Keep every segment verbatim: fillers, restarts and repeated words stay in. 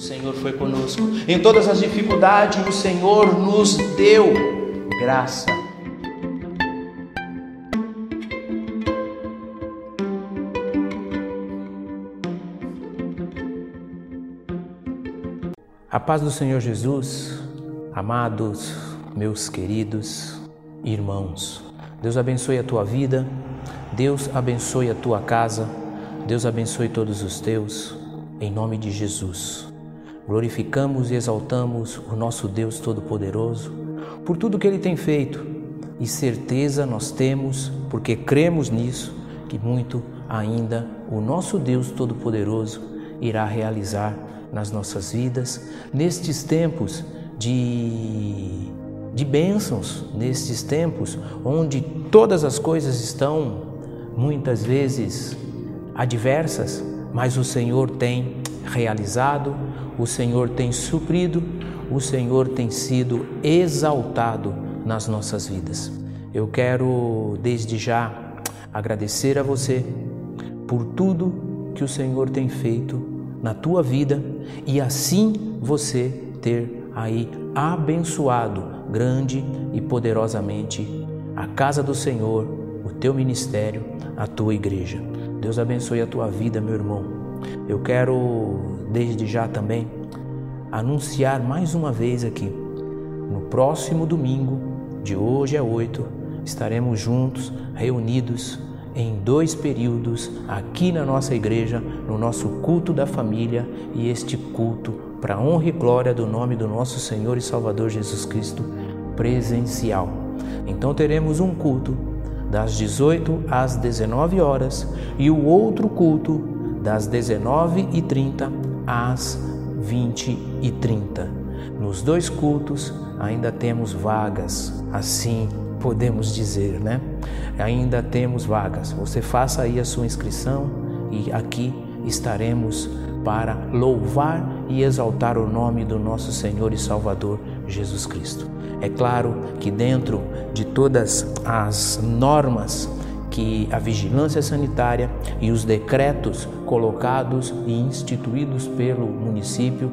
Senhor foi conosco. Em todas as dificuldades, o Senhor nos deu graça. A paz do Senhor Jesus, amados, meus queridos irmãos. Deus abençoe a tua vida, Deus abençoe a tua casa, Deus abençoe todos os teus, em nome de Jesus. Glorificamos e exaltamos o nosso Deus Todo-Poderoso por tudo que Ele tem feito e certeza nós temos, porque cremos nisso, que muito ainda o nosso Deus Todo-Poderoso irá realizar nas nossas vidas, nestes tempos de, de bênçãos, nestes tempos onde todas as coisas estão muitas vezes adversas, mas o Senhor tem realizado, o Senhor tem suprido, o Senhor tem sido exaltado nas nossas vidas. Eu quero desde já agradecer a você por tudo que o Senhor tem feito na tua vida e assim você ter aí abençoado grande e poderosamente a casa do Senhor, o teu ministério, a tua igreja. Deus abençoe a tua vida, meu irmão. Eu quero desde já também anunciar mais uma vez aqui, no próximo domingo, de hoje a oito, estaremos juntos, reunidos em dois períodos aqui na nossa igreja, no nosso culto da família, e este culto para a honra e glória do nome do nosso Senhor e Salvador Jesus Cristo presencial. Então teremos um culto das dezoito às dezenove horas e o outro culto das dezenove e trinta às vinte e trinta. Nos dois cultos ainda temos vagas, assim podemos dizer, né? Ainda temos vagas. Você faça aí a sua inscrição e aqui estaremos para louvar e exaltar o nome do nosso Senhor e Salvador Jesus Cristo. É claro que dentro de todas as normas que a vigilância sanitária e os decretos colocados e instituídos pelo município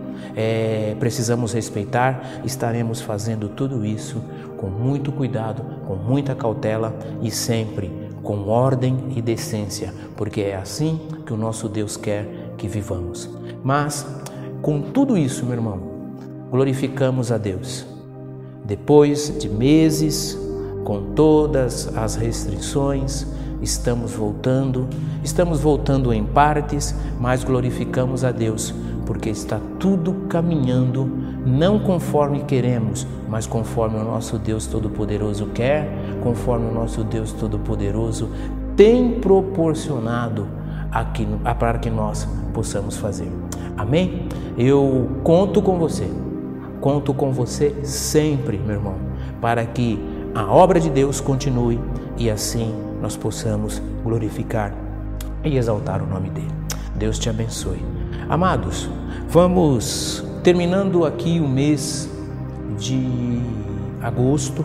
é, precisamos respeitar, estaremos fazendo tudo isso com muito cuidado, com muita cautela e sempre com ordem e decência, porque é assim que o nosso Deus quer que vivamos. Mas, com tudo isso, meu irmão, glorificamos a Deus. Depois de meses, com todas as restrições, estamos voltando, estamos voltando em partes, mas glorificamos a Deus, porque está tudo caminhando, não conforme queremos, mas conforme o nosso Deus Todo-Poderoso quer, conforme o nosso Deus Todo-Poderoso tem proporcionado aqui, para que nós possamos fazer. Amém? Eu conto com você, conto com você sempre, meu irmão, para que a obra de Deus continue e assim nós possamos glorificar e exaltar o nome dele. Deus te abençoe. Amados, vamos terminando aqui o mês de agosto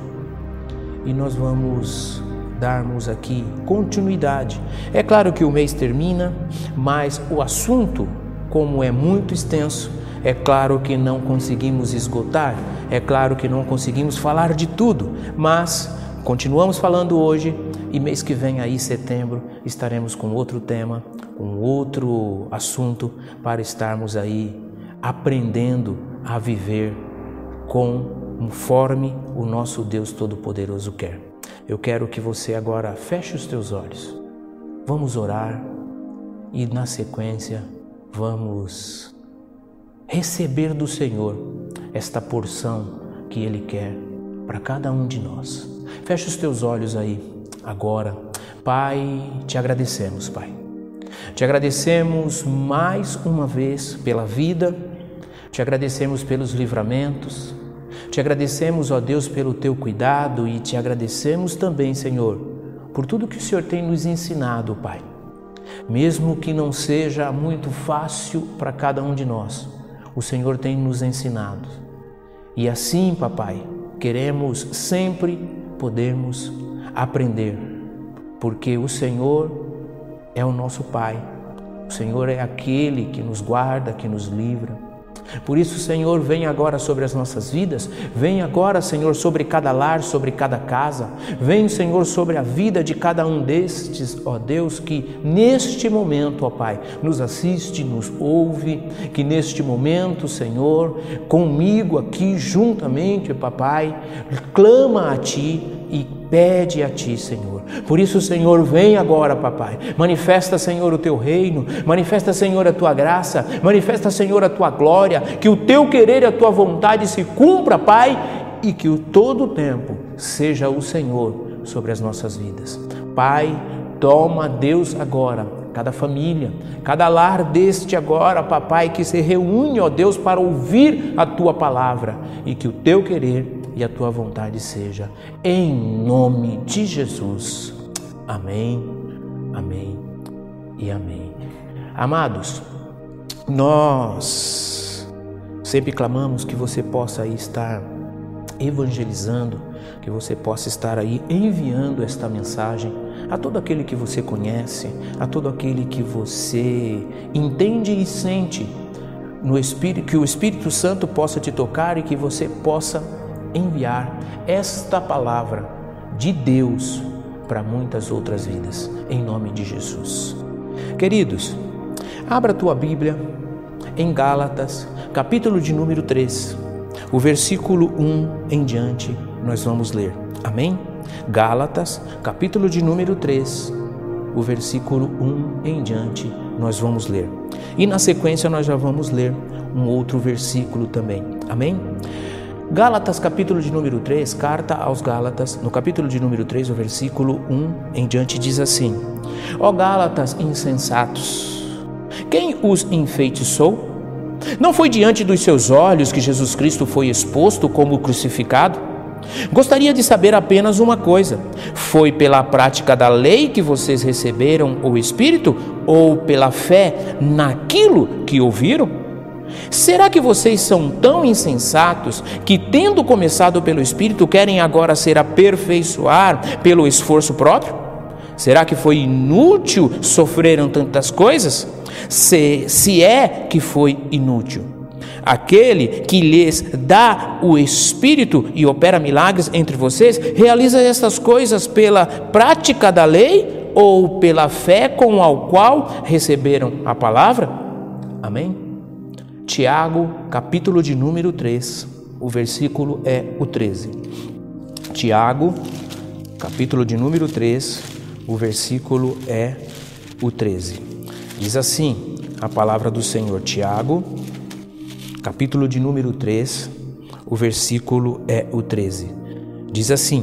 e nós vamos darmos aqui continuidade. É claro que o mês termina, mas o assunto, como é muito extenso, é claro que não conseguimos esgotar, é claro que não conseguimos falar de tudo, mas continuamos falando hoje e mês que vem aí, setembro, estaremos com outro tema, com outro assunto para estarmos aí aprendendo a viver conforme o nosso Deus Todo-Poderoso quer. Eu quero que você agora feche os teus olhos. Vamos orar e na sequência vamos receber do Senhor esta porção que Ele quer para cada um de nós. Feche os teus olhos aí agora. Pai, te agradecemos, Pai. Te agradecemos mais uma vez pela vida, te agradecemos pelos livramentos, te agradecemos, ó Deus, pelo teu cuidado e te agradecemos também, Senhor, por tudo que o Senhor tem nos ensinado, Pai. Mesmo que não seja muito fácil para cada um de nós, o Senhor tem nos ensinado. E assim, Papai, queremos sempre podermos aprender, porque o Senhor é o nosso Pai. O Senhor é aquele que nos guarda, que nos livra. Por isso, Senhor, vem agora sobre as nossas vidas, vem agora, Senhor, sobre cada lar, sobre cada casa, vem, Senhor, sobre a vida de cada um destes, ó Deus, que neste momento, ó Pai, nos assiste, nos ouve, que neste momento, Senhor, comigo aqui juntamente, Papai, clama a Ti e pede a Ti, Senhor. Por isso, Senhor, vem agora, Papai. Manifesta, Senhor, o Teu reino. Manifesta, Senhor, a Tua graça. Manifesta, Senhor, a Tua glória. Que o Teu querer e a Tua vontade se cumpra, Pai, e que o todo o tempo seja o Senhor sobre as nossas vidas. Pai, toma, Deus, agora cada família, cada lar deste agora, Papai, que se reúne, ó Deus, para ouvir a Tua palavra, e que o Teu querer e a Tua vontade seja, em nome de Jesus. Amém, amém e amém. Amados, nós sempre clamamos que você possa aí estar evangelizando, que você possa estar aí enviando esta mensagem a todo aquele que você conhece, a todo aquele que você entende e sente no Espírito, que o Espírito Santo possa te tocar e que você possa enviar esta palavra de Deus para muitas outras vidas, em nome de Jesus. Queridos, abra a tua Bíblia em Gálatas, capítulo de número três, o versículo um em diante, nós vamos ler. Amém? Gálatas, capítulo de número três, o versículo um em diante, nós vamos ler. E na sequência nós já vamos ler um outro versículo também. Amém? Gálatas, capítulo de número três, carta aos Gálatas, no capítulo de número três, o versículo um em diante diz assim: Ó Gálatas insensatos, quem os enfeitiçou? Não foi diante dos seus olhos que Jesus Cristo foi exposto como crucificado? Gostaria de saber apenas uma coisa: foi pela prática da lei que vocês receberam o Espírito ou pela fé naquilo que ouviram? Será que vocês são tão insensatos que, tendo começado pelo Espírito, querem agora ser aperfeiçoar pelo esforço próprio? Será que foi inútil sofreram tantas coisas? Se, se é que foi inútil. Aquele que lhes dá o Espírito e opera milagres entre vocês, realiza estas coisas pela prática da lei ou pela fé com a qual receberam a palavra? Amém? Tiago, capítulo de número três, o versículo é o treze. Tiago, capítulo de número três, o versículo é o treze. Diz assim a palavra do Senhor. Tiago, capítulo de número três, o versículo é o treze. Diz assim: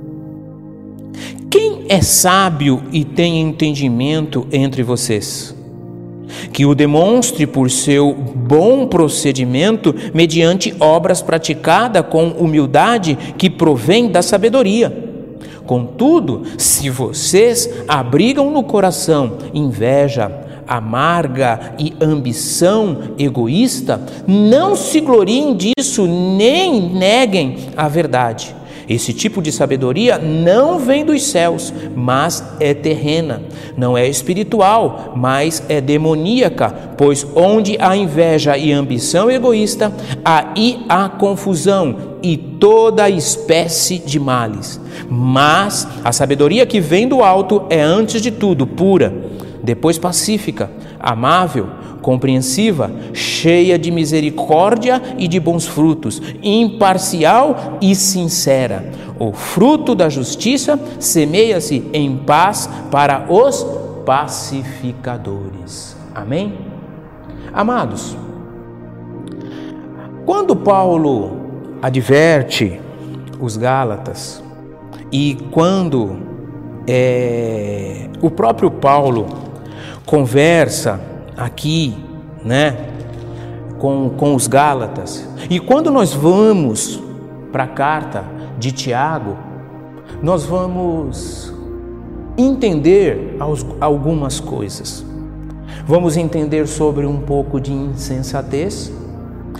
Quem é sábio e tem entendimento entre vocês? Que o demonstre por seu bom procedimento, mediante obras praticadas com humildade que provém da sabedoria. Contudo, se vocês abrigam no coração inveja amarga e ambição egoísta, não se gloriem disso, nem neguem a verdade. Esse tipo de sabedoria não vem dos céus, mas é terrena. Não é espiritual, mas é demoníaca, pois onde há inveja e ambição egoísta, aí há confusão e toda espécie de males. Mas a sabedoria que vem do alto é antes de tudo pura, depois pacífica, amável, compreensiva, cheia de misericórdia e de bons frutos, imparcial e sincera. O fruto da justiça semeia-se em paz para os pacificadores. Amém? Amados, quando Paulo adverte os Gálatas e quando é, o próprio Paulo conversa aqui, né, com, com os Gálatas, e quando nós vamos para a carta de Tiago, nós vamos entender algumas coisas. Vamos entender sobre um pouco de insensatez,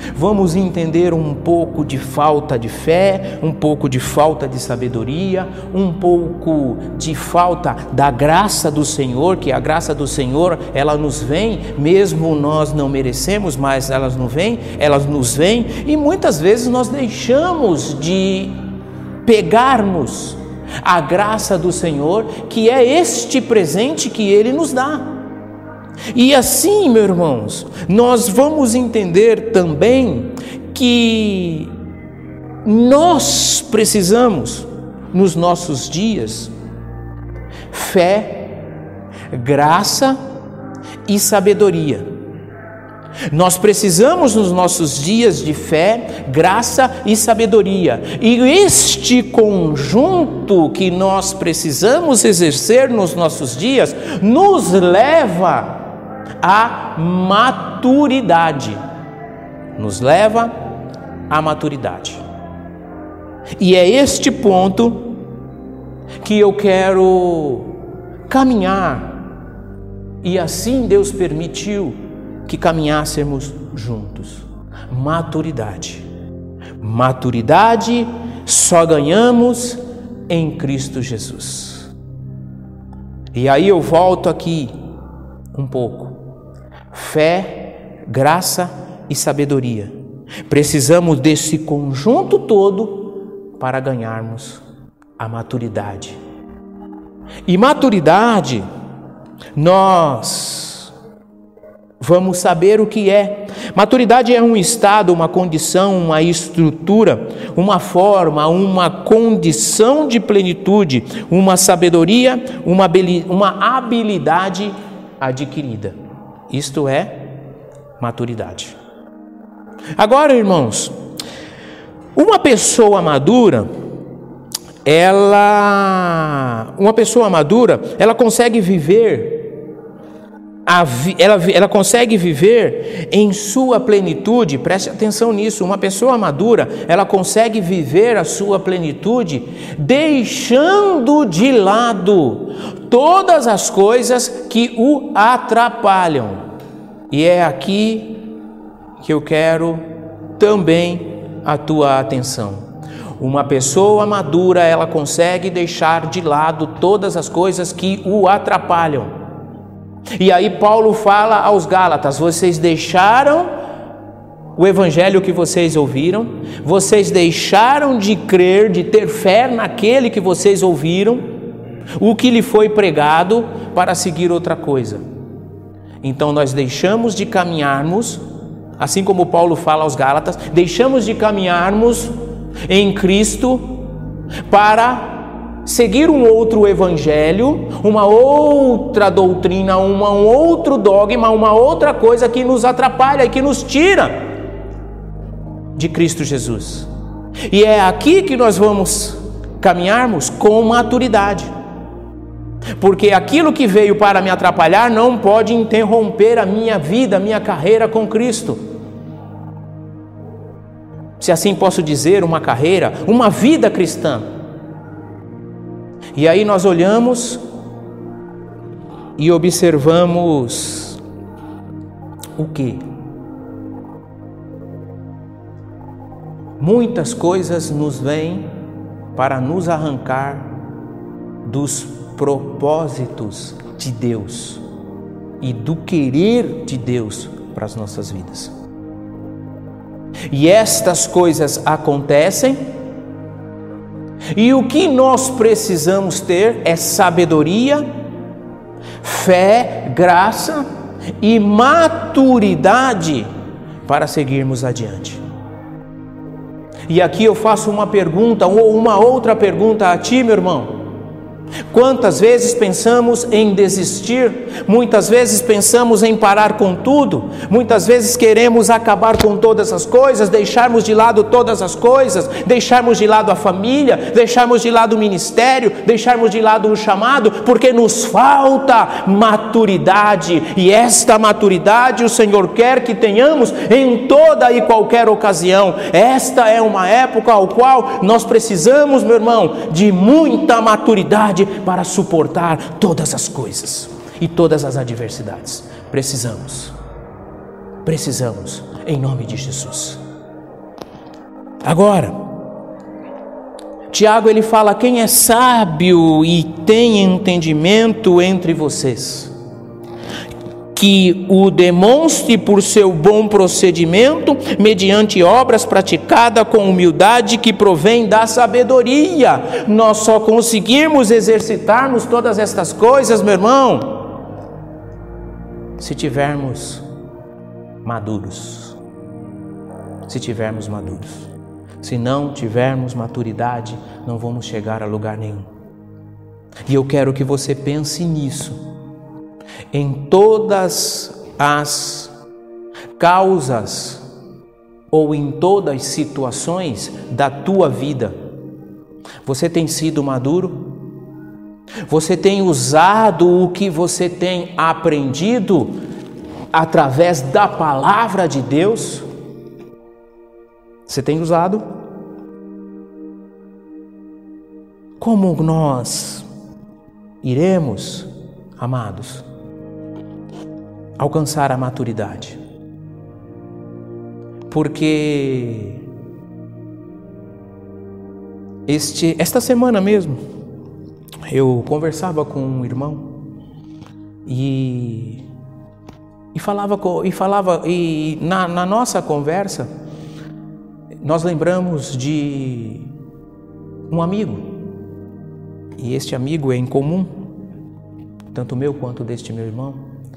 vamos entender um pouco de falta de fé, um pouco de falta de sabedoria, um pouco de falta da graça do Senhor, que a graça do Senhor, ela nos vem, mesmo nós não merecemos, mas elas não vêm, elas nos vêm, e muitas vezes nós deixamos de pegarmos a graça do Senhor, que é este presente que Ele nos dá. E assim, meus irmãos, nós vamos entender também que nós precisamos, nos nossos dias, fé, graça e sabedoria. Nós precisamos nos nossos dias de fé, graça e sabedoria. E este conjunto que nós precisamos exercer nos nossos dias nos leva à maturidade. Nos leva à maturidade. E é este ponto que eu quero caminhar. E assim Deus permitiu que caminhássemos juntos. Maturidade. Maturidade só ganhamos em Cristo Jesus. E aí eu volto aqui um pouco. Fé, graça e sabedoria. Precisamos desse conjunto todo para ganharmos a maturidade. E maturidade, nós vamos saber o que é. Maturidade é um estado, uma condição, uma estrutura, uma forma, uma condição de plenitude, uma sabedoria, uma habilidade adquirida. Isto é maturidade. Agora, irmãos, uma pessoa madura, ela, uma pessoa madura, ela consegue viver A, ela, ela consegue viver em sua plenitude. Preste atenção nisso. Uma pessoa madura, ela consegue viver a sua plenitude deixando de lado todas as coisas que o atrapalham. E é aqui que eu quero também a tua atenção. Uma pessoa madura, ela consegue deixar de lado todas as coisas que o atrapalham. E aí Paulo fala aos Gálatas: vocês deixaram o evangelho que vocês ouviram, vocês deixaram de crer, de ter fé naquele que vocês ouviram, o que lhe foi pregado, para seguir outra coisa. Então nós deixamos de caminharmos, assim como Paulo fala aos Gálatas, deixamos de caminharmos em Cristo para seguir um outro evangelho, uma outra doutrina, uma, um outro dogma, uma outra coisa que nos atrapalha e que nos tira de Cristo Jesus. E é aqui que nós vamos caminharmos com maturidade, porque aquilo que veio para me atrapalhar não pode interromper a minha vida, a minha carreira com Cristo. Se assim posso dizer, uma carreira, uma vida cristã. E aí nós olhamos e observamos o quê? Muitas coisas nos vêm para nos arrancar dos propósitos de Deus e do querer de Deus para as nossas vidas. E estas coisas acontecem, e o que nós precisamos ter é sabedoria, fé, graça e maturidade para seguirmos adiante. E aqui eu faço uma pergunta ou uma outra pergunta a ti, meu irmão. Quantas vezes pensamos em desistir? Muitas vezes pensamos em parar com tudo. Muitas vezes queremos acabar com todas as coisas, deixarmos de lado todas as coisas, deixarmos de lado a família, deixarmos de lado o ministério, deixarmos de lado o chamado, porque nos falta maturidade. E esta maturidade o Senhor quer que tenhamos em toda e qualquer ocasião. Esta é uma época ao qual nós precisamos, meu irmão, de muita maturidade para suportar todas as coisas e todas as adversidades. Precisamos, precisamos. em nome de Jesus. Agora, Tiago ele fala: quem é sábio e tem entendimento entre vocês, que o demonstre por seu bom procedimento, mediante obras praticadas com humildade que provém da sabedoria. Nós só conseguimos exercitarmos todas estas coisas, meu irmão, se tivermos maduros. Se tivermos maduros. Se não tivermos maturidade, não vamos chegar a lugar nenhum. E eu quero que você pense nisso, em todas as causas ou em todas as situações da tua vida. Você tem sido maduro? Você tem usado o que você tem aprendido através da palavra de Deus? Você tem usado? Como nós iremos, amados, alcançar a maturidade? Porque este, esta semana mesmo eu conversava com um irmão e, e falava, e, falava, e na, na nossa conversa nós lembramos de um amigo, e este amigo é em comum, tanto meu quanto deste meu irmão.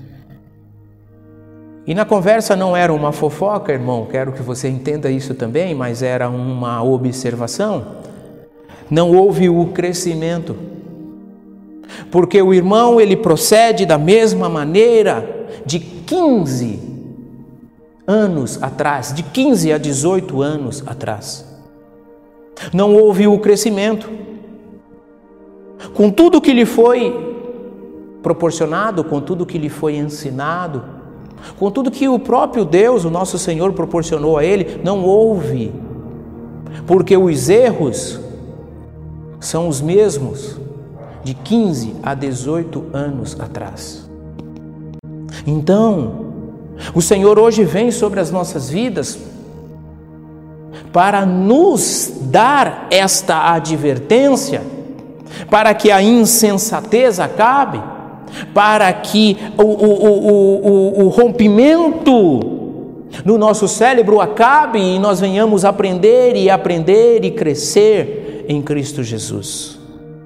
E na conversa não era uma fofoca, irmão, quero que você entenda isso também, mas era uma observação. Não houve o crescimento, porque o irmão ele procede da mesma maneira de quinze anos atrás, de quinze a dezoito anos atrás. Não houve o crescimento. Com tudo que lhe foi proporcionado, com tudo que lhe foi ensinado, com tudo que o próprio Deus, o nosso Senhor, proporcionou a ele, não houve. Porque os erros são os mesmos de quinze a dezoito anos atrás. Então, o Senhor hoje vem sobre as nossas vidas para nos dar esta advertência, para que a insensatez acabe, para que o, o, o, o, o rompimento no nosso cérebro acabe e nós venhamos aprender e aprender e crescer em Cristo Jesus.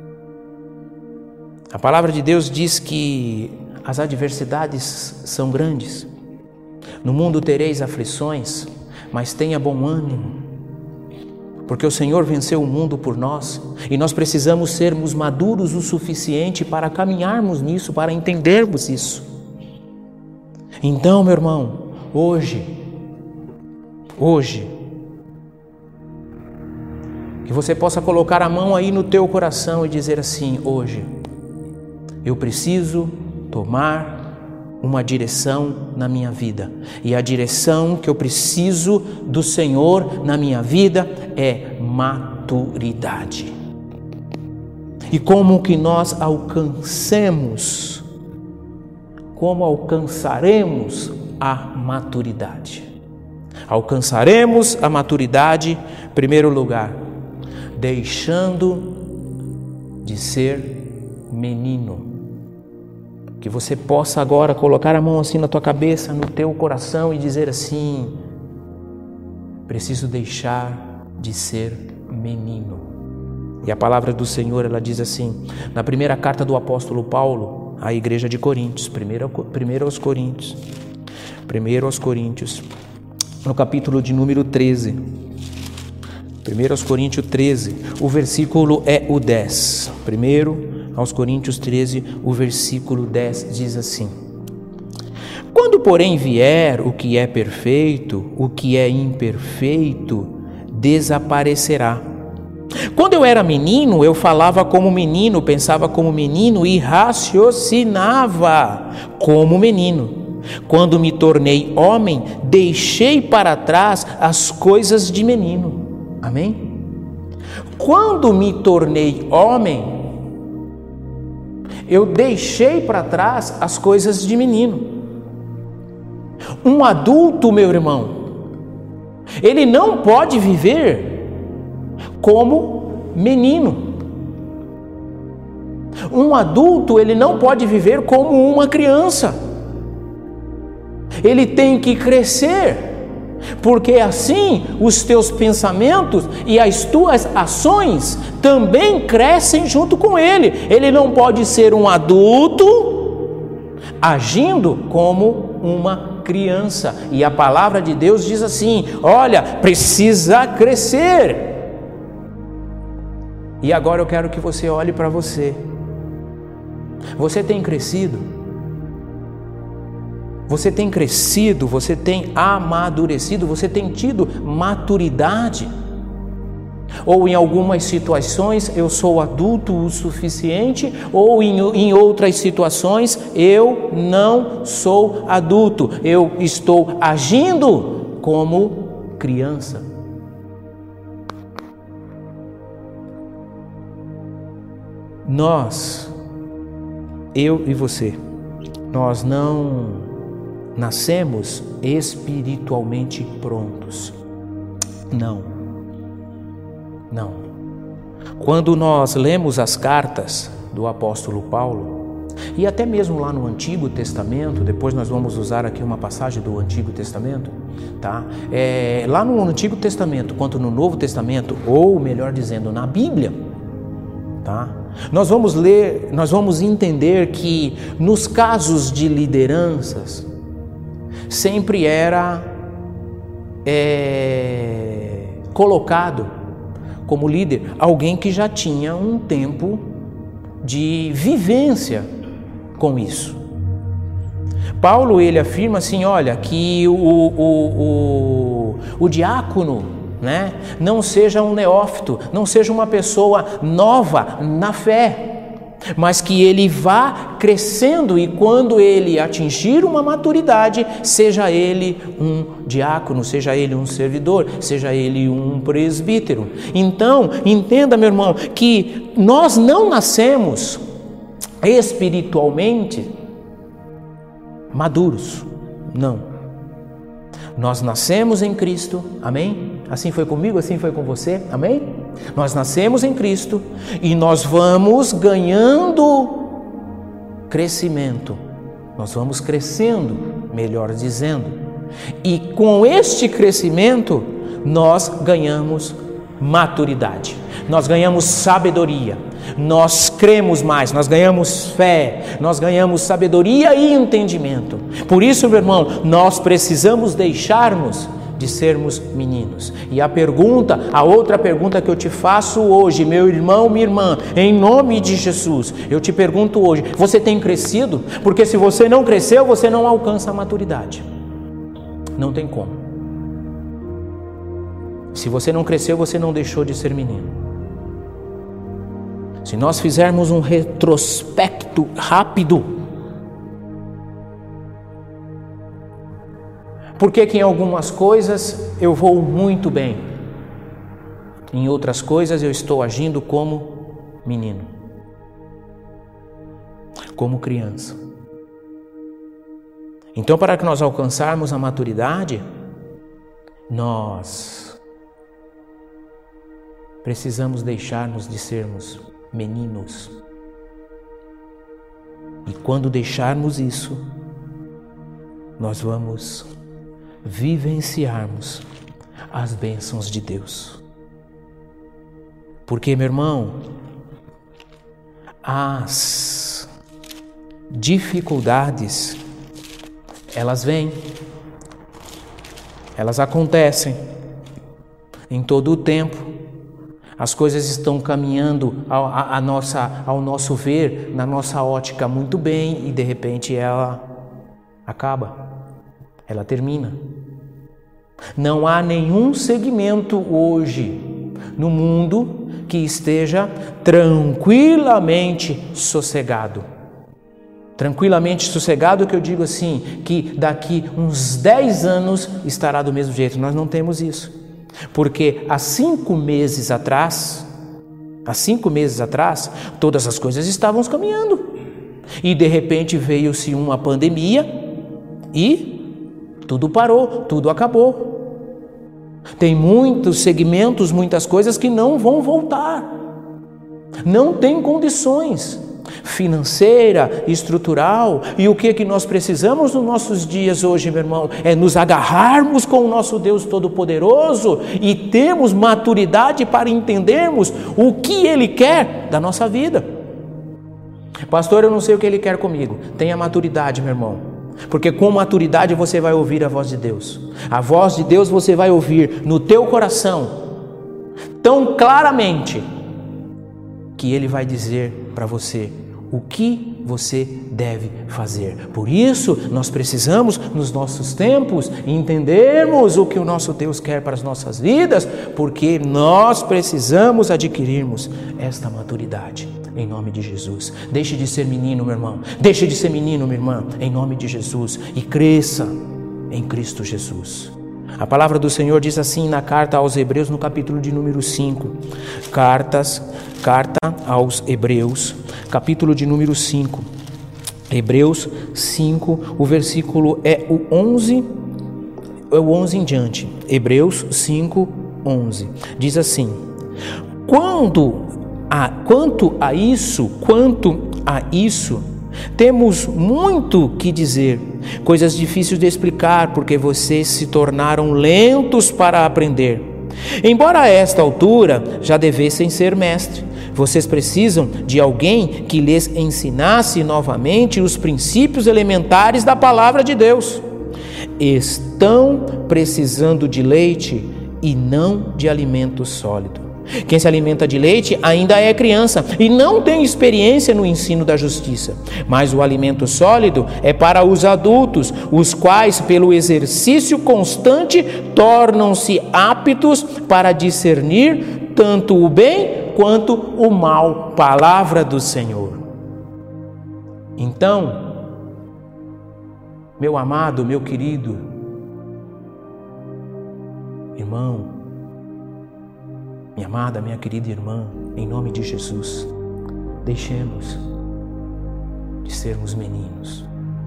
A palavra de Deus diz que as adversidades são grandes. No mundo tereis aflições, mas tenha bom ânimo, porque o Senhor venceu o mundo por nós, e nós precisamos sermos maduros o suficiente para caminharmos nisso, para entendermos isso. Então, meu irmão, hoje, hoje, que você possa colocar a mão aí no teu coração e dizer assim: hoje, eu preciso tomar uma direção na minha vida, e a direção que eu preciso do Senhor na minha vida é maturidade. E como que nós alcancemos, como alcançaremos a maturidade? Alcançaremos a maturidade, em primeiro lugar, deixando de ser menino. Que você possa agora colocar a mão assim na tua cabeça, no teu coração e dizer assim: preciso deixar de ser menino. E a palavra do Senhor, ela diz assim, na primeira carta do apóstolo Paulo à igreja de Coríntios, primeiro, primeiro aos Coríntios, primeiro aos Coríntios, no capítulo de número treze, primeiro aos Coríntios treze, o versículo é o dez, primeiro aos Coríntios treze, o versículo dez diz assim: quando porém vier o que é perfeito, o que é imperfeito desaparecerá. Quando eu era menino, eu falava como menino, pensava como menino e raciocinava como menino. Quando me tornei homem, deixei para trás as coisas de menino. Amém? Quando me tornei homem, eu deixei para trás as coisas de menino. Um adulto, meu irmão, Ele não pode viver como menino. Um adulto, ele não pode viver como uma criança. Ele tem que crescer, porque assim os teus pensamentos e as tuas ações também crescem junto com ele. Ele não pode ser um adulto agindo como uma criança. E a palavra de Deus diz assim: olha, precisa crescer. E agora eu quero que você olhe para você. Você tem crescido? Você tem crescido, você tem amadurecido, você tem tido maturidade? Ou em algumas situações eu sou adulto o suficiente, ou em, em outras situações eu não sou adulto, eu estou agindo como criança. Nós, eu e você, nós não nascemos espiritualmente prontos. Não. Não. Quando nós lemos as cartas do apóstolo Paulo, e até mesmo lá no Antigo Testamento, depois nós vamos usar aqui uma passagem do Antigo Testamento, tá? É, lá no Antigo Testamento, quanto no Novo Testamento, ou melhor dizendo, na Bíblia, tá? Nós vamos ler, nós vamos entender que nos casos de lideranças, sempre era é, colocado como líder alguém que já tinha um tempo de vivência com isso. Paulo, ele afirma assim, olha, que o, o, o, o diácono, né, não seja um neófito, não seja uma pessoa nova na fé, mas que ele vá crescendo e quando ele atingir uma maturidade, seja ele um diácono, seja ele um servidor, seja ele um presbítero. Então, entenda, meu irmão, que nós não nascemos espiritualmente maduros, não. Nós nascemos em Cristo, amém? Assim foi comigo, assim foi com você, amém? Nós nascemos em Cristo e nós vamos ganhando crescimento, nós vamos crescendo, melhor dizendo, e com este crescimento nós ganhamos maturidade, nós ganhamos sabedoria, nós cremos mais, nós ganhamos fé, nós ganhamos sabedoria e entendimento. Por isso, meu irmão, nós precisamos deixarmos de sermos meninos. E a pergunta, a outra pergunta que eu te faço hoje, meu irmão, minha irmã, em nome de Jesus, eu te pergunto hoje, você tem crescido? Porque se você não cresceu, você não alcança a maturidade. Não tem como. Se você não cresceu, você não deixou de ser menino. Se nós fizermos um retrospecto rápido, por que que em algumas coisas eu vou muito bem, em outras coisas eu estou agindo como menino, como criança? Então, para que nós alcançarmos a maturidade, nós precisamos deixarmos de sermos meninos. E quando deixarmos isso, nós vamos vivenciarmos as bênçãos de Deus. Porque, meu irmão, as dificuldades, elas vêm, elas acontecem em todo o tempo. As coisas estão caminhando ao, a, a nossa, ao nosso ver, na nossa ótica muito bem, e de repente ela acaba, ela termina. Não há nenhum segmento hoje no mundo que esteja tranquilamente sossegado. Tranquilamente sossegado, que eu digo assim, que daqui uns dez anos estará do mesmo jeito. Nós não temos isso. Porque há cinco meses atrás, há cinco meses atrás, todas as coisas estavam caminhando. E de repente veio-se uma pandemia e tudo parou, tudo acabou. Tem muitos segmentos, muitas coisas que não vão voltar. Não tem condições financeira, estrutural. E o que é que nós precisamos nos nossos dias hoje, meu irmão? É nos agarrarmos com o nosso Deus Todo-Poderoso e termos maturidade para entendermos o que Ele quer da nossa vida. Pastor, eu não sei o que Ele quer comigo. Tenha maturidade, meu irmão, porque com maturidade você vai ouvir a voz de Deus. A voz de Deus você vai ouvir no teu coração tão claramente que Ele vai dizer para você o que você deve fazer. Por isso, nós precisamos, nos nossos tempos, entendermos o que o nosso Deus quer para as nossas vidas, porque nós precisamos adquirirmos esta maturidade, em nome de Jesus. Deixe de ser menino, meu irmão. Deixe de ser menino, minha irmã, em nome de Jesus. E cresça em Cristo Jesus. A palavra do Senhor diz assim na carta aos Hebreus, no capítulo de número cinco. Cartas, carta aos Hebreus, capítulo de número cinco. Hebreus cinco, o versículo é o onze, é o onze em diante. Hebreus cinco, onze. Diz assim: Quando a, quanto a isso, quanto a isso, temos muito que dizer, coisas difíceis de explicar, porque vocês se tornaram lentos para aprender. Embora a esta altura já devessem ser mestres, vocês precisam de alguém que lhes ensinasse novamente os princípios elementares da palavra de Deus. Estão precisando de leite e não de alimento sólido. Quem se alimenta de leite ainda é criança e não tem experiência no ensino da justiça. Mas o alimento sólido é para os adultos, os quais, pelo exercício constante, tornam-se aptos para discernir tanto o bem quanto o mal. Palavra do Senhor. Então, meu amado, meu querido irmão, minha amada, minha querida irmã, em nome de Jesus, deixemos de sermos meninos.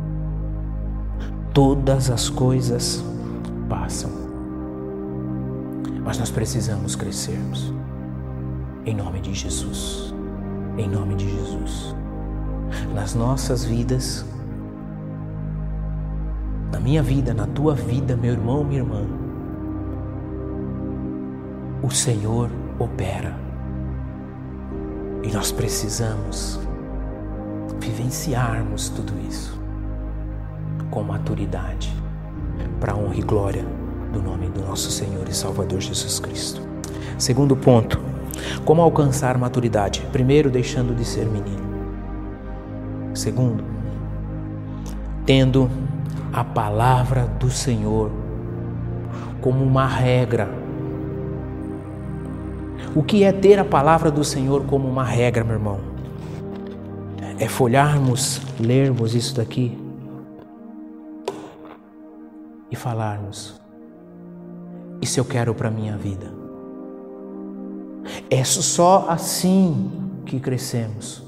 Todas as coisas passam, mas nós precisamos crescermos. Em nome de Jesus, em nome de Jesus, nas nossas vidas, na minha vida, na tua vida, meu irmão, minha irmã, o Senhor opera e nós precisamos vivenciarmos tudo isso com maturidade para a honra e glória do nome do nosso Senhor e Salvador Jesus Cristo. Segundo ponto, como alcançar maturidade? Primeiro, deixando de ser menino. Segundo, tendo a palavra do Senhor como uma regra. O que é ter a palavra do Senhor como uma regra, meu irmão? É folharmos, lermos isso daqui e falarmos: isso eu quero para a minha vida. É só assim que crescemos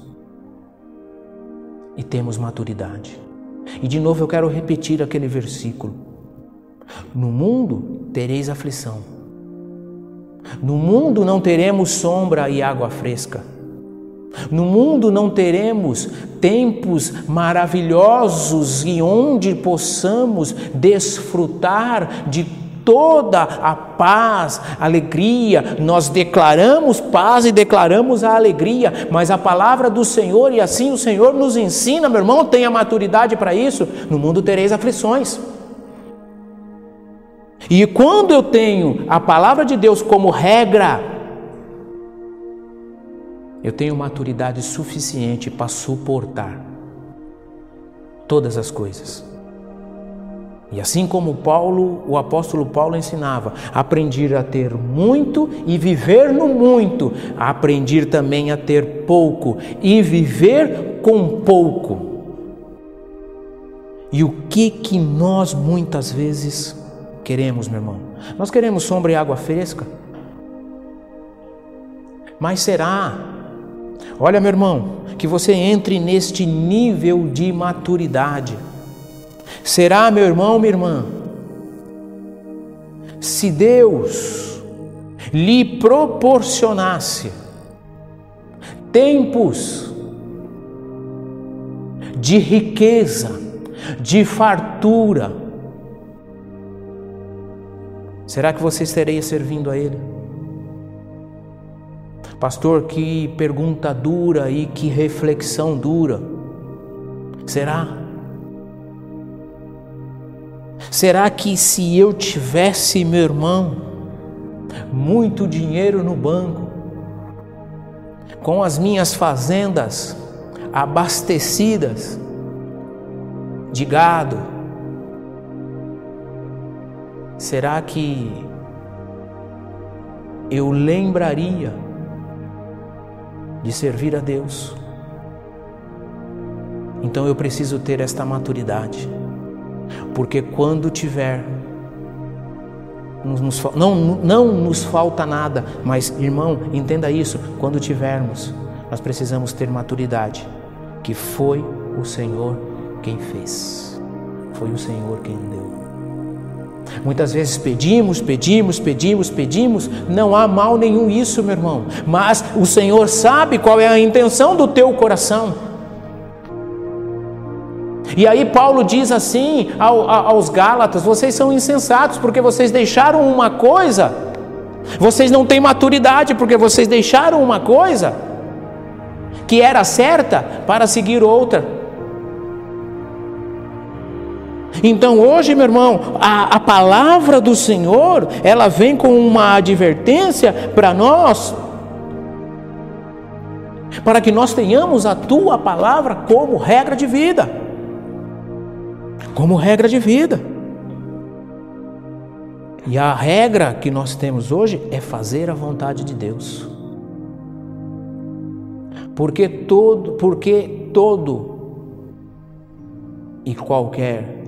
e temos maturidade. E de novo eu quero repetir aquele versículo: no mundo tereis aflição. No mundo não teremos sombra e água fresca. No mundo não teremos tempos maravilhosos e onde possamos desfrutar de toda a paz, alegria. Nós declaramos paz e declaramos a alegria, mas a palavra do Senhor, e assim o Senhor nos ensina, meu irmão, tenha maturidade para isso. No mundo tereis aflições. E quando eu tenho a palavra de Deus como regra, eu tenho maturidade suficiente para suportar todas as coisas. E assim como Paulo, o apóstolo Paulo ensinava, aprendi a ter muito e viver no muito, aprendi também a ter pouco e viver com pouco. E o que que nós muitas vezes queremos, meu irmão? Nós queremos sombra e água fresca. Mas será, olha, meu irmão, que você entre neste nível de maturidade? Será, meu irmão, minha irmã? se Deus lhe proporcionasse tempos de riqueza, de fartura, será que você estaria servindo a Ele? Pastor, que pergunta dura e que reflexão dura. Será? Será que se eu tivesse, meu irmão, muito dinheiro no banco, com as minhas fazendas abastecidas de gado, será que eu lembraria de servir a Deus? Então eu preciso ter esta maturidade, porque quando tiver, nos, não, não nos falta nada, mas irmão, entenda isso, quando tivermos, nós precisamos ter maturidade, que foi o Senhor quem fez, foi o Senhor quem deu. Muitas vezes pedimos, pedimos, pedimos, pedimos, não há mal nenhum isso, meu irmão, mas o Senhor sabe qual é a intenção do teu coração. E aí Paulo diz assim aos Gálatas: vocês são insensatos porque vocês deixaram uma coisa, vocês não têm maturidade porque vocês deixaram uma coisa que era certa para seguir outra. Então hoje, meu irmão, a, a palavra do Senhor, ela vem com uma advertência para nós, para que nós tenhamos a tua palavra como regra de vida, como regra de vida. E a regra que nós temos hoje é fazer a vontade de Deus, porque todo, porque todo e qualquer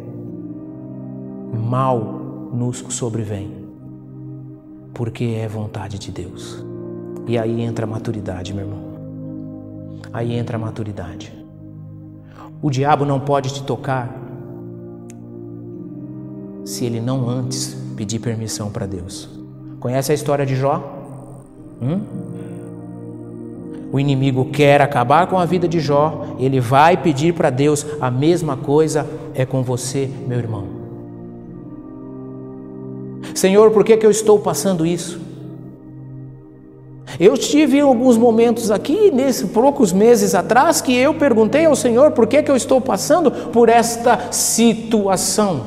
mal nos sobrevém, porque é vontade de Deus. E aí entra a maturidade, meu irmão. Aí entra a maturidade. O diabo não pode te tocar se ele não antes pedir permissão para Deus. Conhece a história de Jó? Hum? O inimigo quer acabar com a vida de Jó, ele vai pedir para Deus. A mesma coisa é com você, meu irmão. Senhor, por que que eu estou passando isso? Eu tive alguns momentos aqui, nesses poucos meses atrás, que eu perguntei ao Senhor por que que eu estou passando por esta situação.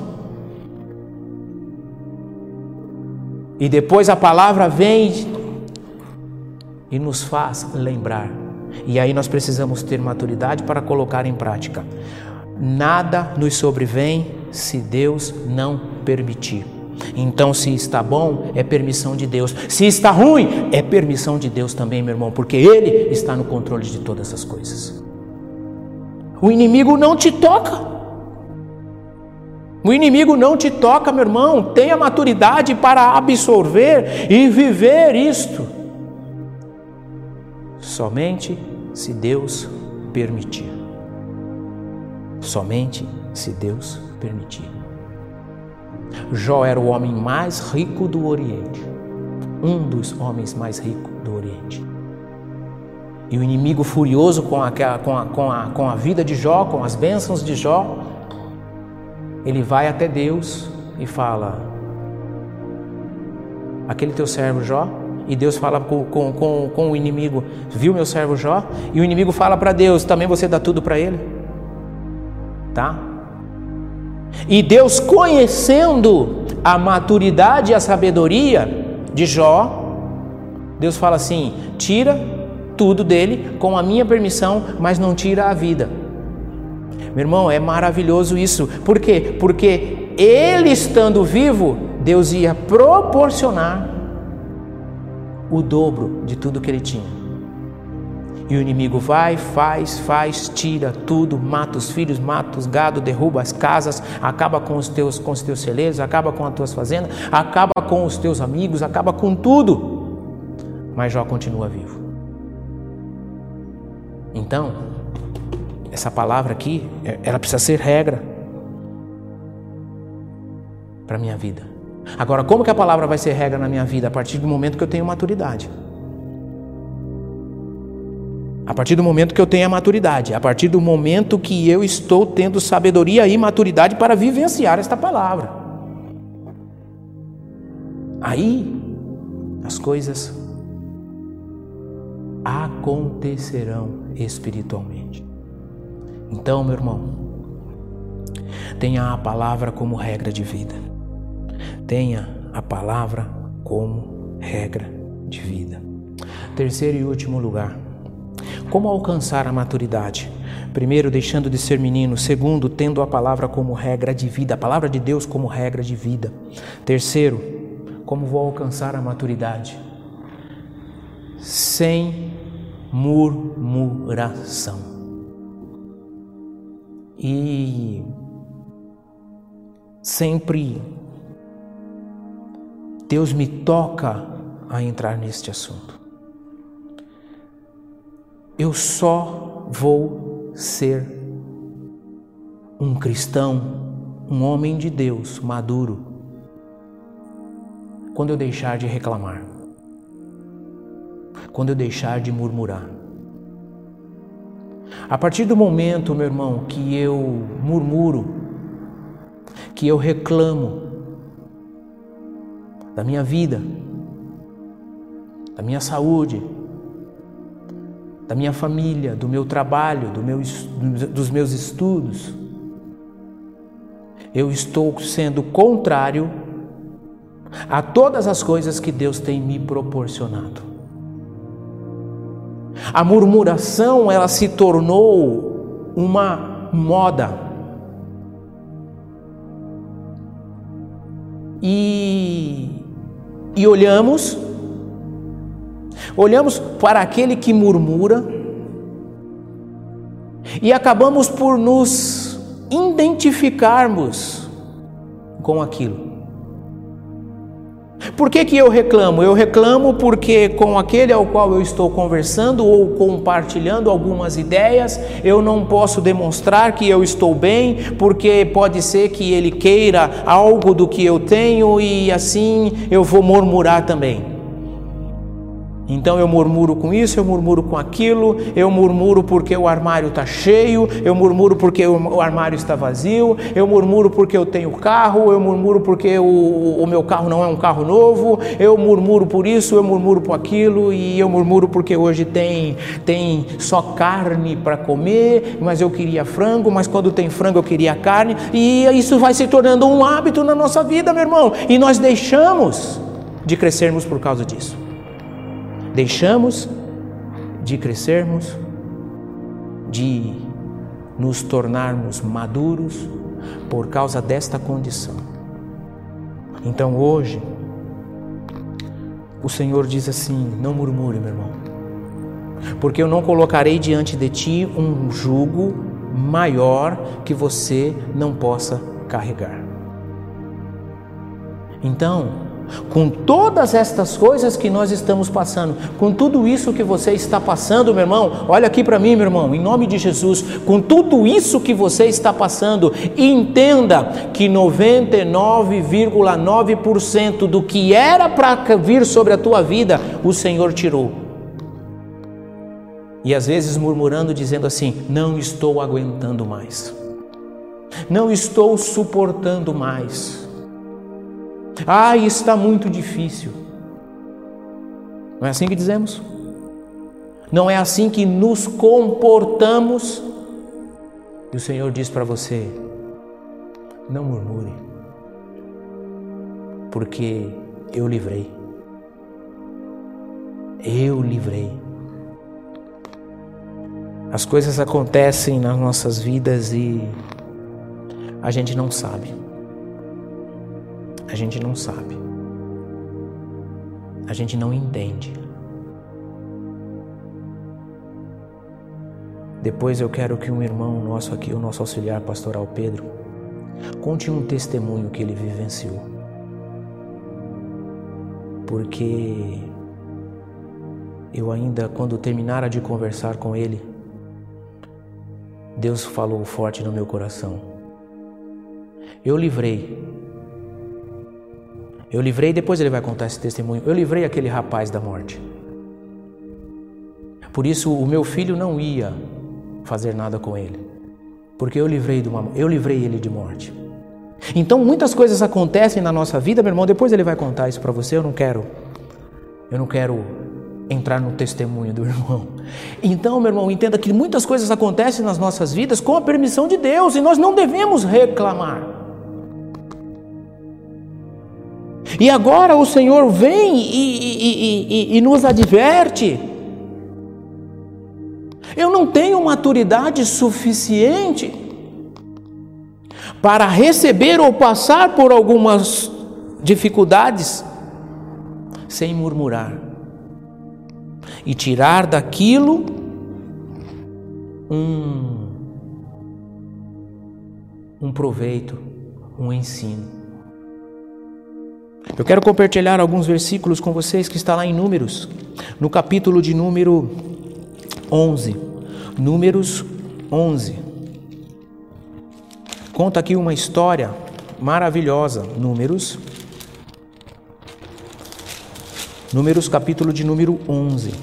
E depois a palavra vem e nos faz lembrar. E aí nós precisamos ter maturidade para colocar em prática. Nada nos sobrevém se Deus não permitir. Então, se está bom, é permissão de Deus. Se está ruim, é permissão de Deus também, meu irmão, porque Ele está no controle de todas as coisas. O inimigo não te toca. O inimigo não te toca, meu irmão. Tenha maturidade para absorver e viver isto. Somente se Deus permitir. Somente se Deus permitir. Jó era o homem mais rico do Oriente, um dos homens mais ricos do Oriente. E o inimigo, furioso com a, com, a, com, a, com a vida de Jó, com as bênçãos de Jó, ele vai até Deus e fala: aquele teu servo Jó. E Deus fala com, com, com, com o inimigo: viu meu servo Jó? E o inimigo fala para Deus: também você dá tudo para ele? Tá? E Deus, conhecendo a maturidade e a sabedoria de Jó, Deus fala assim: tira tudo dele com a minha permissão, mas não tira a vida. Meu irmão, é maravilhoso isso. Por quê? Porque ele estando vivo, Deus ia proporcionar o dobro de tudo que ele tinha. E o inimigo vai, faz, faz, tira tudo, mata os filhos, mata os gado, derruba as casas, acaba com os teus, com os teus celeiros, acaba com as tuas fazendas, acaba com os teus amigos, acaba com tudo. Mas Jó continua vivo. Então, essa palavra aqui, ela precisa ser regra para a minha vida. Agora, como que a palavra vai ser regra na minha vida? A partir do momento que eu tenho maturidade. A partir do momento que eu tenho a maturidade, a partir do momento que eu estou tendo sabedoria e maturidade para vivenciar esta palavra. Aí, as coisas acontecerão espiritualmente. Então, meu irmão, tenha a palavra como regra de vida. Tenha a palavra como regra de vida. Terceiro e último lugar, como alcançar a maturidade? Primeiro, deixando de ser menino. Segundo, tendo a palavra como regra de vida, a palavra de Deus como regra de vida. Terceiro, como vou alcançar a maturidade? Sem murmuração. E sempre Deus me toca a entrar neste assunto. Eu só vou ser um cristão, um homem de Deus maduro, quando eu deixar de reclamar, quando eu deixar de murmurar. A partir do momento, meu irmão, que eu murmuro, que eu reclamo da minha vida, da minha saúde, da minha família, do meu trabalho, do meu, dos meus estudos, eu estou sendo contrário a todas as coisas que Deus tem me proporcionado. A murmuração, ela se tornou uma moda. E, e olhamos, olhamos para aquele que murmura e acabamos por nos identificarmos com aquilo. Por que que eu reclamo? Eu reclamo porque com aquele ao qual eu estou conversando ou compartilhando algumas ideias, eu não posso demonstrar que eu estou bem, porque pode ser que ele queira algo do que eu tenho e assim eu vou murmurar também. Então eu murmuro com isso, eu murmuro com aquilo, eu murmuro porque o armário está cheio, eu murmuro porque o armário está vazio, eu murmuro porque eu tenho carro, eu murmuro porque o, o meu carro não é um carro novo, eu murmuro por isso, eu murmuro por aquilo, e eu murmuro porque hoje tem, tem só carne para comer, mas eu queria frango, mas quando tem frango eu queria carne, e isso vai se tornando um hábito na nossa vida, meu irmão, e nós deixamos de crescermos por causa disso. Deixamos de crescermos, de nos tornarmos maduros por causa desta condição. Então hoje, o Senhor diz assim: não murmure, meu irmão, porque eu não colocarei diante de ti um jugo maior que você não possa carregar. Então, com todas estas coisas que nós estamos passando, com tudo isso que você está passando, meu irmão, olha aqui para mim, meu irmão, em nome de Jesus, com tudo isso que você está passando, entenda que noventa e nove vírgula nove por cento do que era para vir sobre a tua vida, o Senhor tirou. E às vezes murmurando, dizendo assim: não estou aguentando mais, não estou suportando mais. Ah, está muito difícil. Não é assim que dizemos? Não é assim que nos comportamos? E o Senhor diz para você: não murmure, porque eu livrei. Eu livrei. As coisas acontecem nas nossas vidas e a gente não sabe. A gente não sabe, a gente não entende. Depois eu quero que um irmão nosso aqui, o nosso auxiliar pastoral Pedro, conte um testemunho que ele vivenciou. Porque eu ainda, quando terminara de conversar com ele, Deus falou forte no meu coração: eu livrei. Eu livrei, depois ele vai contar esse testemunho, eu livrei aquele rapaz da morte. Por isso o meu filho não ia fazer nada com ele, porque eu livrei, de uma, eu livrei ele de morte. Então muitas coisas acontecem na nossa vida, meu irmão, depois ele vai contar isso para você, eu não quero, eu não quero entrar no testemunho do irmão. Então, meu irmão, entenda que muitas coisas acontecem nas nossas vidas com a permissão de Deus e nós não devemos reclamar. E agora o Senhor vem e, e, e, e nos adverte. Eu não tenho maturidade suficiente para receber ou passar por algumas dificuldades sem murmurar e tirar daquilo um, um proveito, um ensino. Eu quero compartilhar alguns versículos com vocês que está lá em Números, no capítulo de número onze. Números onze. Conta aqui uma história maravilhosa. Números. Números, capítulo de número onze.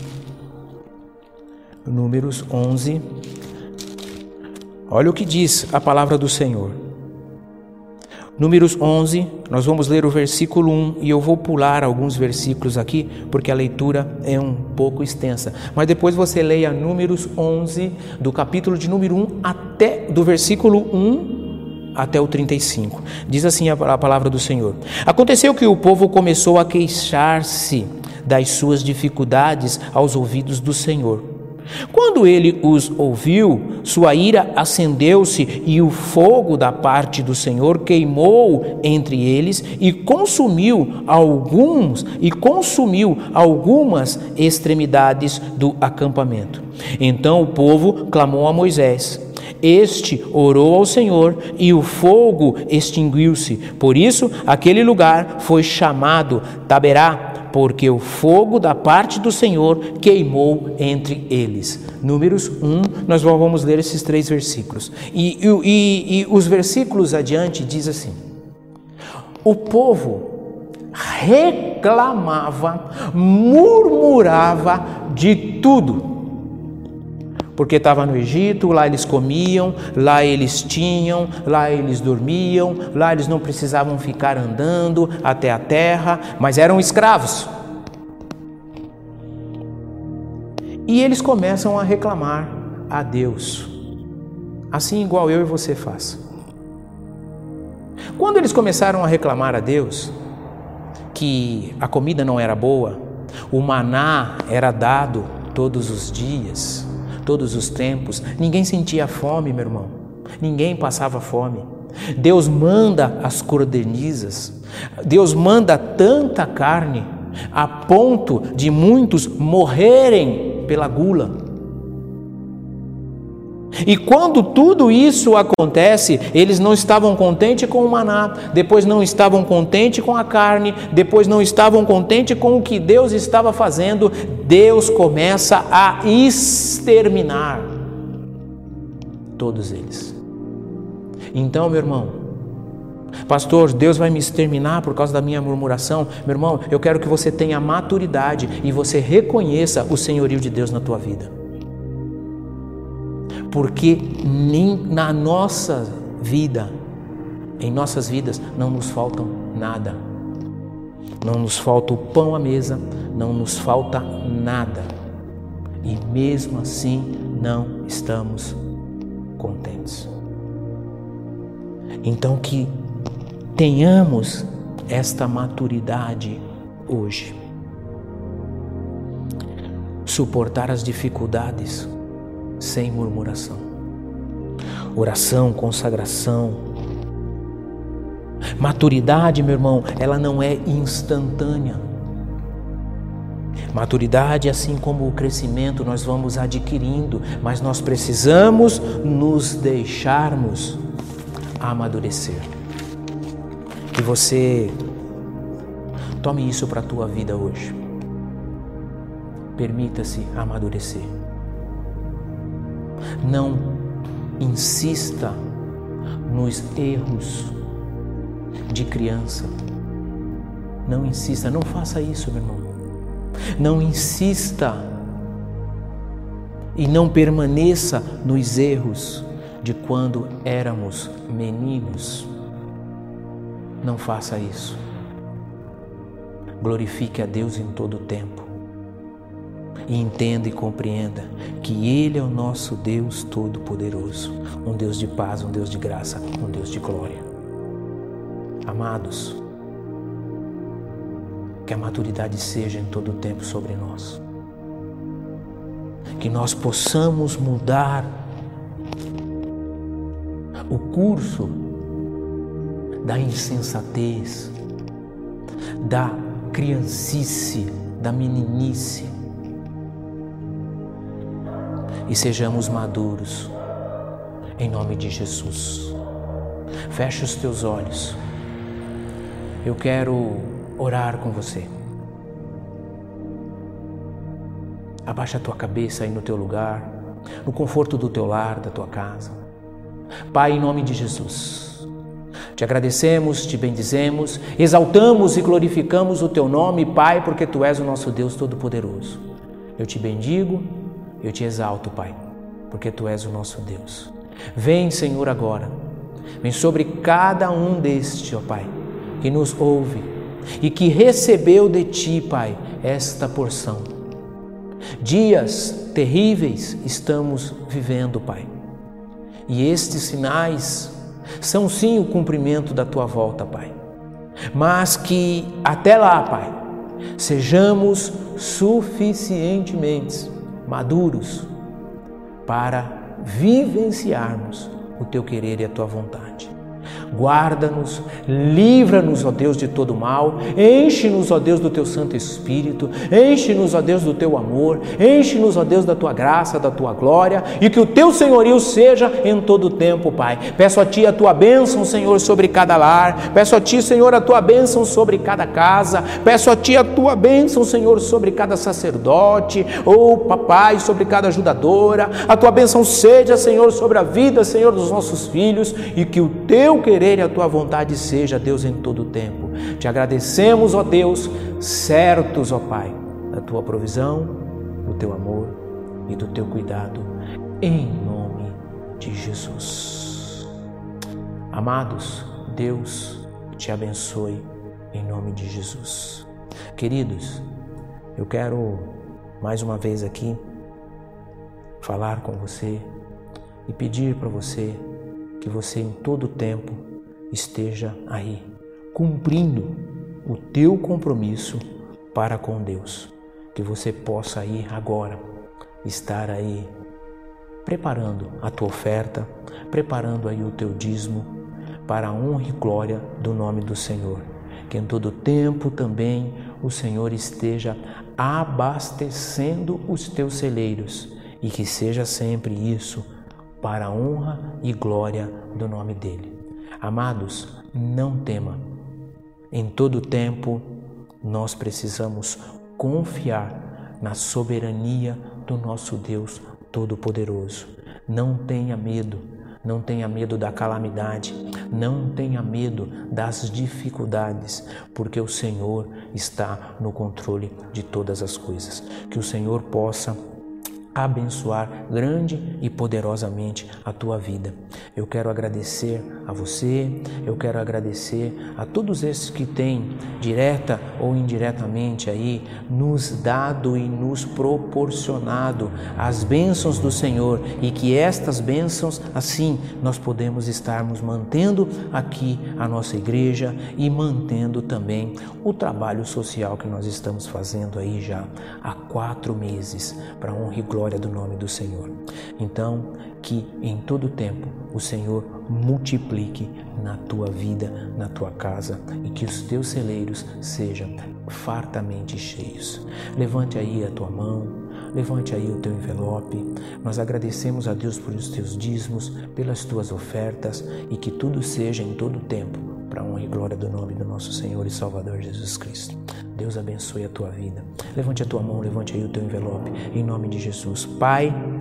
Números onze. Olha o que diz a palavra do Senhor. Números onze, nós vamos ler o versículo um e eu vou pular alguns versículos aqui, porque a leitura é um pouco extensa. Mas depois você leia Números onze, do capítulo de número um até, do versículo um até o trinta e cinco. Diz assim a, a palavra do Senhor. Aconteceu que o povo começou a queixar-se das suas dificuldades aos ouvidos do Senhor. Quando ele os ouviu, sua ira acendeu-se e o fogo da parte do Senhor queimou entre eles e consumiu alguns e consumiu algumas extremidades do acampamento. Então o povo clamou a Moisés. Este orou ao Senhor e o fogo extinguiu-se. Por isso aquele lugar foi chamado Taberá, porque o fogo da parte do Senhor queimou entre eles. Números um, nós vamos ler esses três versículos. E, e, e os versículos adiante diz assim: o povo reclamava, murmurava de tudo. Porque estava no Egito, lá eles comiam, lá eles tinham, lá eles dormiam, lá eles não precisavam ficar andando até a terra, mas eram escravos. E eles começam a reclamar a Deus, assim igual eu e você faz. Quando eles começaram a reclamar a Deus que a comida não era boa, o maná era dado todos os dias, todos os tempos, ninguém sentia fome, meu irmão, ninguém passava fome. Deus manda as cordernizas, Deus manda tanta carne, a ponto de muitos morrerem pela gula. E quando tudo isso acontece, eles não estavam contentes com o maná, depois não estavam contentes com a carne, depois não estavam contentes com o que Deus estava fazendo. Deus começa a exterminar todos eles. Então, meu irmão, pastor, Deus vai me exterminar por causa da minha murmuração? Meu irmão, eu quero que você tenha maturidade e você reconheça o senhorio de Deus na tua vida. Porque nem na nossa vida, em nossas vidas, não nos faltam nada. Não nos falta o pão à mesa, não nos falta nada. E mesmo assim não estamos contentes. Então que tenhamos esta maturidade hoje. Suportar as dificuldades sem murmuração. Oração, consagração. Maturidade, meu irmão, ela não é instantânea. Maturidade, assim como o crescimento, nós vamos adquirindo, mas nós precisamos nos deixarmos amadurecer. Que você tome isso para a tua vida hoje. Permita-se amadurecer. Não insista nos erros de criança. Não insista, não faça isso, meu irmão. Não insista e não permaneça nos erros de quando éramos meninos. Não faça isso. Glorifique a Deus em todo o tempo. E entenda e compreenda que Ele é o nosso Deus Todo-Poderoso, um Deus de paz, um Deus de graça, um Deus de glória. Amados, que a maturidade seja em todo o tempo sobre nós. Que nós possamos mudar o curso da insensatez, da criancice, da meninice, e sejamos maduros, em nome de Jesus. Feche os teus olhos. Eu quero orar com você. Abaixa a tua cabeça aí no teu lugar, no conforto do teu lar, da tua casa. Pai, em nome de Jesus, te agradecemos, te bendizemos, exaltamos e glorificamos o teu nome, Pai, porque tu és o nosso Deus Todo-Poderoso. Eu te bendigo, eu te exalto, Pai, porque tu és o nosso Deus. Vem, Senhor, agora. Vem sobre cada um destes, ó Pai, que nos ouve e que recebeu de ti, Pai, esta porção. Dias terríveis estamos vivendo, Pai. E estes sinais são sim o cumprimento da tua volta, Pai. Mas que até lá, Pai, sejamos suficientemente maduros para vivenciarmos o teu querer e a tua vontade. Guarda-nos, livra-nos, ó Deus, de todo mal, enche-nos, ó Deus, do teu Santo Espírito, enche-nos, ó Deus, do teu amor, enche-nos, ó Deus, da tua graça, da tua glória, e que o teu senhorio seja em todo o tempo, Pai. Peço a ti a tua bênção, Senhor, sobre cada lar, peço a ti, Senhor, a tua bênção sobre cada casa, peço a ti a tua bênção, Senhor, sobre cada sacerdote, ou papai, sobre cada ajudadora, a tua bênção seja, Senhor, sobre a vida, Senhor, dos nossos filhos, e que o teu querer e a tua vontade seja, Deus, em todo o tempo. Te agradecemos, ó Deus, certos, ó Pai, da tua provisão, do teu amor e do teu cuidado, em nome de Jesus. Amados, Deus te abençoe em nome de Jesus. Queridos, eu quero mais uma vez aqui falar com você e pedir para você que você em todo o tempo esteja aí, cumprindo o teu compromisso para com Deus. Que você possa ir agora, estar aí, preparando a tua oferta, preparando aí o teu dízimo, para a honra e glória do nome do Senhor. Que em todo o tempo também o Senhor esteja abastecendo os teus celeiros, e que seja sempre isso, para a honra e glória do nome dele. Amados, não tema. Em todo tempo, nós precisamos confiar na soberania do nosso Deus Todo-Poderoso. Não tenha medo, não tenha medo da calamidade, não tenha medo das dificuldades, porque o Senhor está no controle de todas as coisas. Que o Senhor possa abençoar grande e poderosamente a tua vida. Eu quero agradecer a você, eu quero agradecer a todos esses que têm, direta ou indiretamente aí, nos dado e nos proporcionado as bênçãos do Senhor, e que estas bênçãos, assim, nós podemos estarmos mantendo aqui a nossa igreja e mantendo também o trabalho social que nós estamos fazendo aí já há quatro meses, para honra e glória do nome do Senhor. Então, que em todo tempo o Senhor multiplique na tua vida, na tua casa, e que os teus celeiros sejam fartamente cheios. Levante aí a tua mão, levante aí o teu envelope. Nós agradecemos a Deus por os teus dízimos, pelas tuas ofertas, e que tudo seja em todo tempo para a honra e glória do nome do nosso Senhor e Salvador Jesus Cristo. Deus abençoe a tua vida. Levante a tua mão, levante aí o teu envelope, em nome de Jesus. Pai,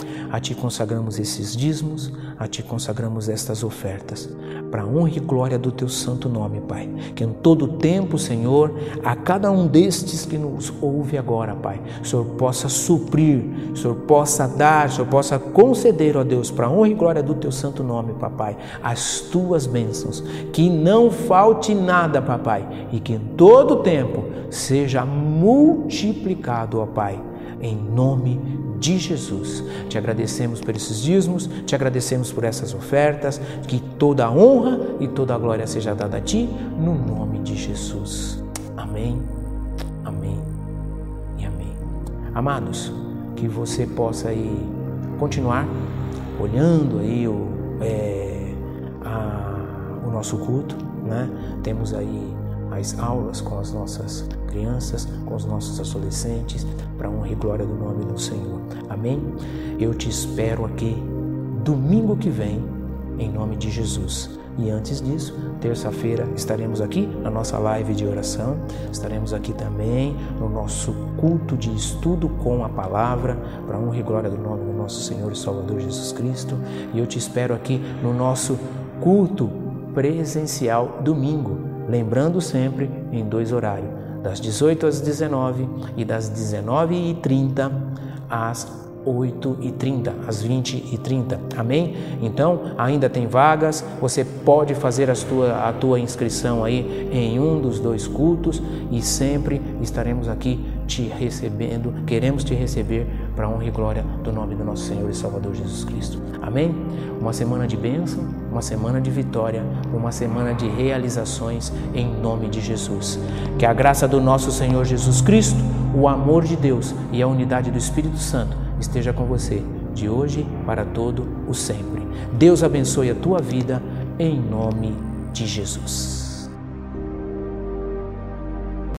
A Ti consagramos esses dízimos, a Ti consagramos estas ofertas, para a honra e glória do Teu santo nome, Pai. Que em todo tempo, Senhor, a cada um destes que nos ouve agora, Pai, o Senhor possa suprir, o Senhor possa dar, o Senhor possa conceder, ó Deus, para a honra e glória do Teu santo nome, Papai, as Tuas bênçãos. Que não falte nada, Papai, e que em todo tempo seja multiplicado, ó Pai, em nome de Jesus. Te agradecemos por esses dízimos, te agradecemos por essas ofertas, que toda a honra e toda a glória seja dada a Ti, no nome de Jesus. Amém, amém e amém. Amados, que você possa aí continuar olhando aí o, é, a, o nosso culto, né? Temos aí as aulas com as nossas crianças, com os nossos adolescentes, para a honra e glória do nome do Senhor. Amém? Eu te espero aqui domingo que vem, em nome de Jesus. E antes disso, terça-feira estaremos aqui na nossa live de oração, estaremos aqui também no nosso culto de estudo com a palavra, para a honra e glória do nome do nosso Senhor e Salvador Jesus Cristo. E eu te espero aqui no nosso culto presencial domingo, lembrando sempre em dois horários, das dezoito às dezenove e das dezenove e trinta às oito e trinta, às vinte e trinta. Amém? Então, ainda tem vagas, você pode fazer as tua, a tua inscrição aí em um dos dois cultos e sempre estaremos aqui te recebendo, queremos te receber para a honra e glória do nome do nosso Senhor e Salvador Jesus Cristo. Amém? Uma semana de bênção, uma semana de vitória, uma semana de realizações em nome de Jesus. Que a graça do nosso Senhor Jesus Cristo, o amor de Deus e a unidade do Espírito Santo esteja com você de hoje para todo o sempre. Deus abençoe a tua vida em nome de Jesus.